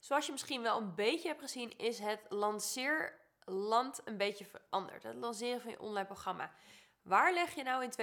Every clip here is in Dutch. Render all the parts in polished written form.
Zoals je misschien wel een beetje hebt gezien, is het lanceerland een beetje veranderd. Het lanceren van je online programma. Waar leg je nou in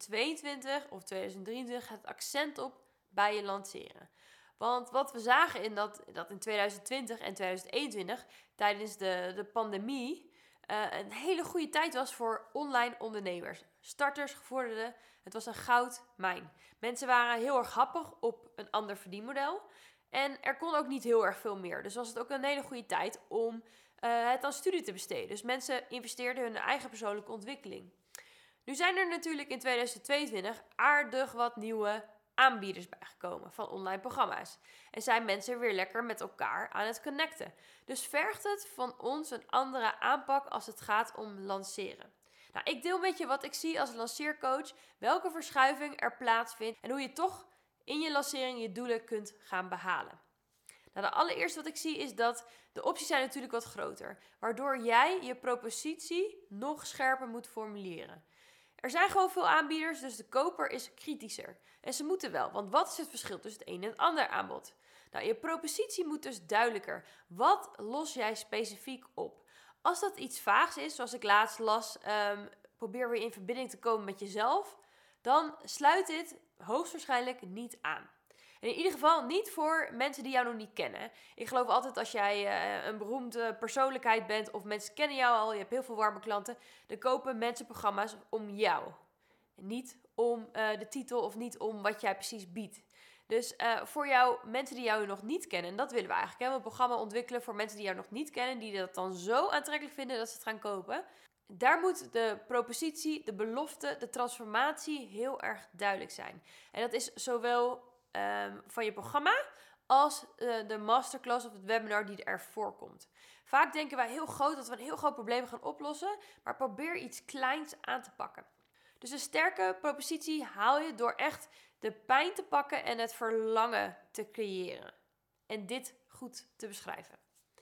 2022 of 2023 het accent op bij je lanceren? Want wat we zagen dat in 2020 en 2021, tijdens de pandemie, een hele goede tijd was voor online ondernemers. Starters, gevorderden, het was een goudmijn. Mensen waren heel erg happig op een ander verdienmodel. En er kon ook niet heel erg veel meer. Dus was het ook een hele goede tijd om het aan studie te besteden. Dus mensen investeerden in hun eigen persoonlijke ontwikkeling. Nu zijn er natuurlijk in 2022 aardig wat nieuwe aanbieders bijgekomen van online programma's. En zijn mensen weer lekker met elkaar aan het connecten. Dus vergt het van ons een andere aanpak als het gaat om lanceren. Nou, ik deel met je wat ik zie als lanceercoach, welke verschuiving er plaatsvindt en hoe je toch in je lancering je doelen kunt gaan behalen. Nou, de allereerste wat ik zie is dat de opties zijn natuurlijk wat groter, waardoor jij je propositie nog scherper moet formuleren. Er zijn gewoon veel aanbieders, dus de koper is kritischer. En ze moeten wel, want wat is het verschil tussen het een en het ander aanbod? Nou, je propositie moet dus duidelijker. Wat los jij specifiek op? Als dat iets vaags is, zoals ik laatst las, probeer weer in verbinding te komen met jezelf, dan sluit dit hoogstwaarschijnlijk niet aan. En in ieder geval niet voor mensen die jou nog niet kennen. Ik geloof altijd als jij een beroemde persoonlijkheid bent of mensen kennen jou al, je hebt heel veel warme klanten, dan kopen mensen programma's om jou. En niet om de titel of niet om wat jij precies biedt. Dus voor jou, mensen die jou nog niet kennen, en dat willen we eigenlijk. Hè? We een programma ontwikkelen voor mensen die jou nog niet kennen, die dat dan zo aantrekkelijk vinden dat ze het gaan kopen. Daar moet de propositie, de belofte, de transformatie heel erg duidelijk zijn. En dat is zowel van je programma als de masterclass of het webinar die ervoor komt. Vaak denken wij heel groot dat we een heel groot probleem gaan oplossen, maar probeer iets kleins aan te pakken. Dus een sterke propositie haal je door echt de pijn te pakken en het verlangen te creëren. En dit goed te beschrijven.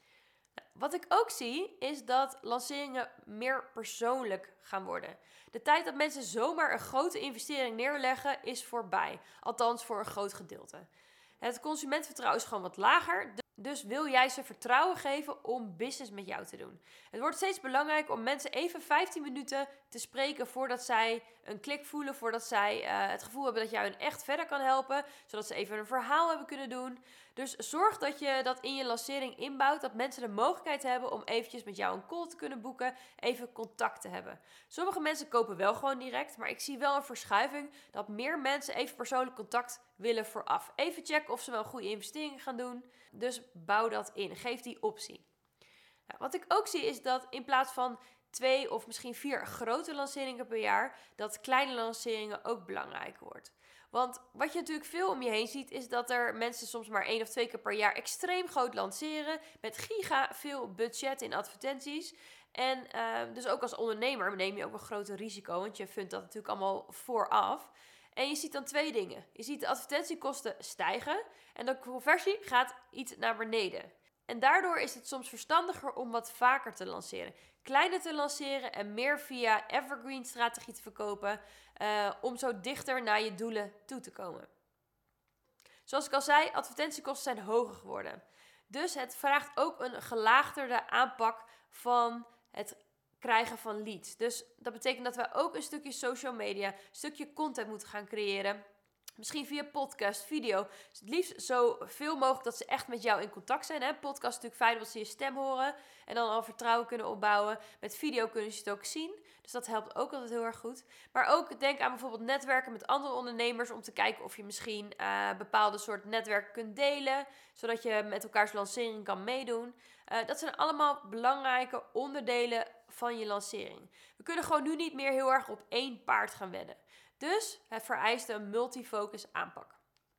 Wat ik ook zie, is dat lanceringen meer persoonlijk gaan worden. De tijd dat mensen zomaar een grote investering neerleggen, is voorbij. Althans voor een groot gedeelte. Het consumentenvertrouwen is gewoon wat lager. Dus wil jij ze vertrouwen geven om business met jou te doen. Het wordt steeds belangrijker om mensen even 15 minuten te spreken voordat zij een klik voelen. Voordat zij het gevoel hebben dat jij hun echt verder kan helpen. Zodat ze even een verhaal hebben kunnen doen. Dus zorg dat je dat in je lancering inbouwt. Dat mensen de mogelijkheid hebben om eventjes met jou een call te kunnen boeken. Even contact te hebben. Sommige mensen kopen wel gewoon direct. Maar ik zie wel een verschuiving dat meer mensen even persoonlijk contact willen vooraf. Even checken of ze wel goede investeringen gaan doen. Dus bouw dat in. Geef die optie. Nou, wat ik ook zie is dat in plaats van 2 of misschien 4 grote lanceringen per jaar, dat kleine lanceringen ook belangrijk wordt. Want wat je natuurlijk veel om je heen ziet, is dat er mensen soms maar 1 of 2 keer per jaar extreem groot lanceren. Met giga veel budget in advertenties. En dus ook als ondernemer neem je ook een groter risico. Want je vindt dat natuurlijk allemaal vooraf. En je ziet dan 2 dingen. Je ziet de advertentiekosten stijgen en de conversie gaat iets naar beneden. En daardoor is het soms verstandiger om wat vaker te lanceren. Kleiner te lanceren en meer via evergreen strategie te verkopen. Om zo dichter naar je doelen toe te komen. Zoals ik al zei, advertentiekosten zijn hoger geworden. Dus het vraagt ook een gelaagderde aanpak van het krijgen van leads. Dus dat betekent dat we ook een stukje social media, een stukje content moeten gaan creëren. Misschien via podcast, video. Dus het liefst zoveel mogelijk dat ze echt met jou in contact zijn. Hè? Podcast is natuurlijk fijn omdat ze je stem horen. En dan al vertrouwen kunnen opbouwen. Met video kunnen ze het ook zien. Dus dat helpt ook altijd heel erg goed. Maar ook denk aan bijvoorbeeld netwerken met andere ondernemers. Om te kijken of je misschien bepaalde soort netwerken kunt delen. Zodat je met elkaars lancering kan meedoen. Dat zijn allemaal belangrijke onderdelen van je lancering. We kunnen gewoon nu niet meer heel erg op 1 paard gaan wedden. Dus het vereist een multifocus aanpak.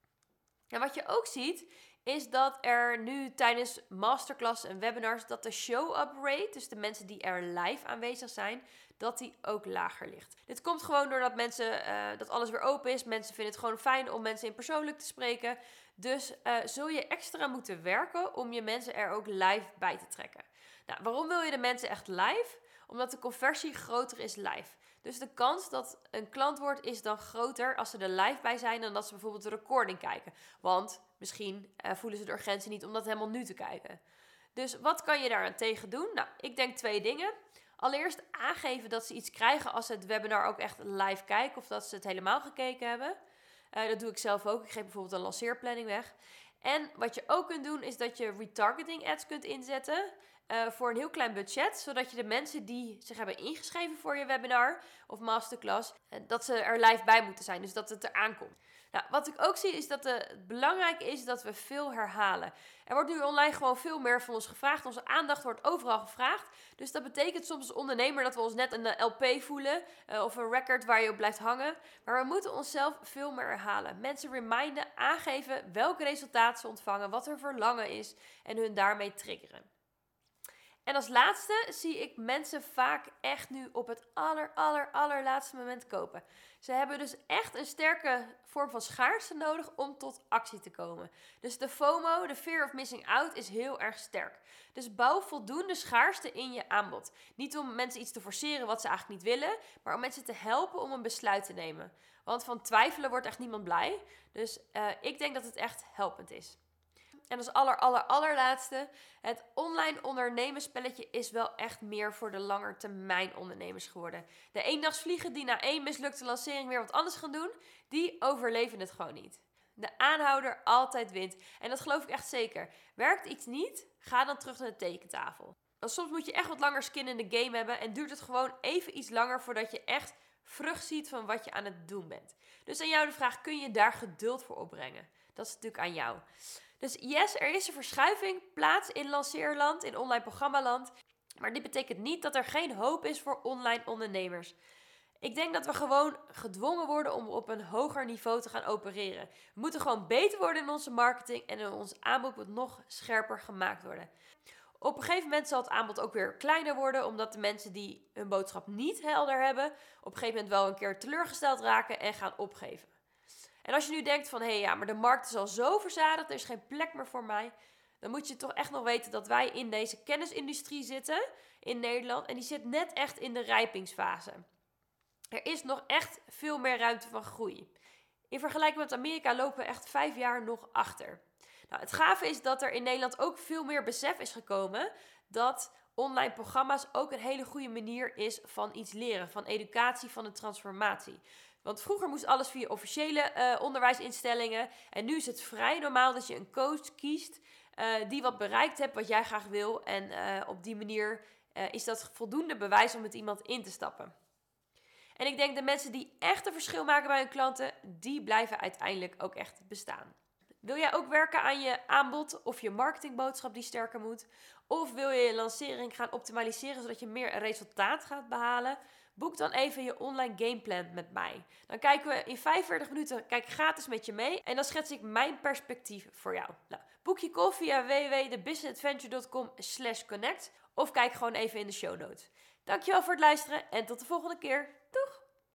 En wat je ook ziet, is dat er nu tijdens masterclass en webinars, dat de show-up rate, dus de mensen die er live aanwezig zijn, dat die ook lager ligt. Dit komt gewoon doordat dat alles weer open is. Mensen vinden het gewoon fijn om mensen in persoonlijk te spreken. Dus zul je extra moeten werken om je mensen er ook live bij te trekken. Nou, waarom wil je de mensen echt live? Omdat de conversie groter is live. Dus de kans dat een klant wordt is dan groter als ze er live bij zijn dan dat ze bijvoorbeeld de recording kijken. Want misschien voelen ze de urgentie niet om dat helemaal nu te kijken. Dus wat kan je daaraan tegen doen? Nou, ik denk 2 dingen. Allereerst aangeven dat ze iets krijgen als ze het webinar ook echt live kijken of dat ze het helemaal gekeken hebben. Dat doe ik zelf ook. Ik geef bijvoorbeeld een lanceerplanning weg. En wat je ook kunt doen is dat je retargeting ads kunt inzetten voor een heel klein budget. Zodat je de mensen die zich hebben ingeschreven voor je webinar of masterclass, dat ze er live bij moeten zijn. Dus dat het eraan komt. Nou, wat ik ook zie is dat het belangrijk is dat we veel herhalen. Er wordt nu online gewoon veel meer van ons gevraagd. Onze aandacht wordt overal gevraagd. Dus dat betekent soms als ondernemer dat we ons net een LP voelen of een record waar je op blijft hangen. Maar we moeten onszelf veel meer herhalen. Mensen reminden, aangeven welke resultaten ze ontvangen, wat hun verlangen is en hun daarmee triggeren. En als laatste zie ik mensen vaak echt nu op het allerlaatste moment kopen. Ze hebben dus echt een sterke vorm van schaarste nodig om tot actie te komen. Dus de FOMO, de fear of missing out, is heel erg sterk. Dus bouw voldoende schaarste in je aanbod. Niet om mensen iets te forceren wat ze eigenlijk niet willen, maar om mensen te helpen om een besluit te nemen. Want van twijfelen wordt echt niemand blij. Dus ik denk dat het echt helpend is. En als allerlaatste, het online ondernemerspelletje is wel echt meer voor de langetermijn ondernemers geworden. De eendagsvliegen die na 1 mislukte lancering weer wat anders gaan doen, die overleven het gewoon niet. De aanhouder altijd wint. En dat geloof ik echt zeker. Werkt iets niet, ga dan terug naar de tekentafel. Want soms moet je echt wat langer skin in de game hebben en duurt het gewoon even iets langer voordat je echt vrucht ziet van wat je aan het doen bent. Dus aan jou de vraag, kun je daar geduld voor opbrengen? Dat is natuurlijk aan jou. Dus yes, er is een verschuiving plaats in lanceerland, in online programmaland. Maar dit betekent niet dat er geen hoop is voor online ondernemers. Ik denk dat we gewoon gedwongen worden om op een hoger niveau te gaan opereren. We moeten gewoon beter worden in onze marketing en ons aanbod moet nog scherper gemaakt worden. Op een gegeven moment zal het aanbod ook weer kleiner worden, omdat de mensen die hun boodschap niet helder hebben, op een gegeven moment wel een keer teleurgesteld raken en gaan opgeven. En als je nu denkt van, ja, maar de markt is al zo verzadigd, er is geen plek meer voor mij. Dan moet je toch echt nog weten dat wij in deze kennisindustrie zitten in Nederland. En die zit net echt in de rijpingsfase. Er is nog echt veel meer ruimte van groei. In vergelijking met Amerika lopen we echt 5 jaar nog achter. Nou, het gave is dat er in Nederland ook veel meer besef is gekomen dat online programma's ook een hele goede manier is van iets leren, van educatie, van een transformatie. Want vroeger moest alles via officiële onderwijsinstellingen. En nu is het vrij normaal dat je een coach kiest die wat bereikt hebt wat jij graag wil. En op die manier is dat voldoende bewijs om met iemand in te stappen. En ik denk de mensen die echt een verschil maken bij hun klanten, die blijven uiteindelijk ook echt bestaan. Wil jij ook werken aan je aanbod of je marketingboodschap die sterker moet? Of wil je je lancering gaan optimaliseren zodat je meer resultaat gaat behalen? Boek dan even je online gameplan met mij. Dan kijken we in 45 minuten gratis met je mee. En dan schets ik mijn perspectief voor jou. Nou, boek je call via www.thebusinessadventure.com/connect. Of kijk gewoon even in de show notes. Dankjewel voor het luisteren en tot de volgende keer. Doeg!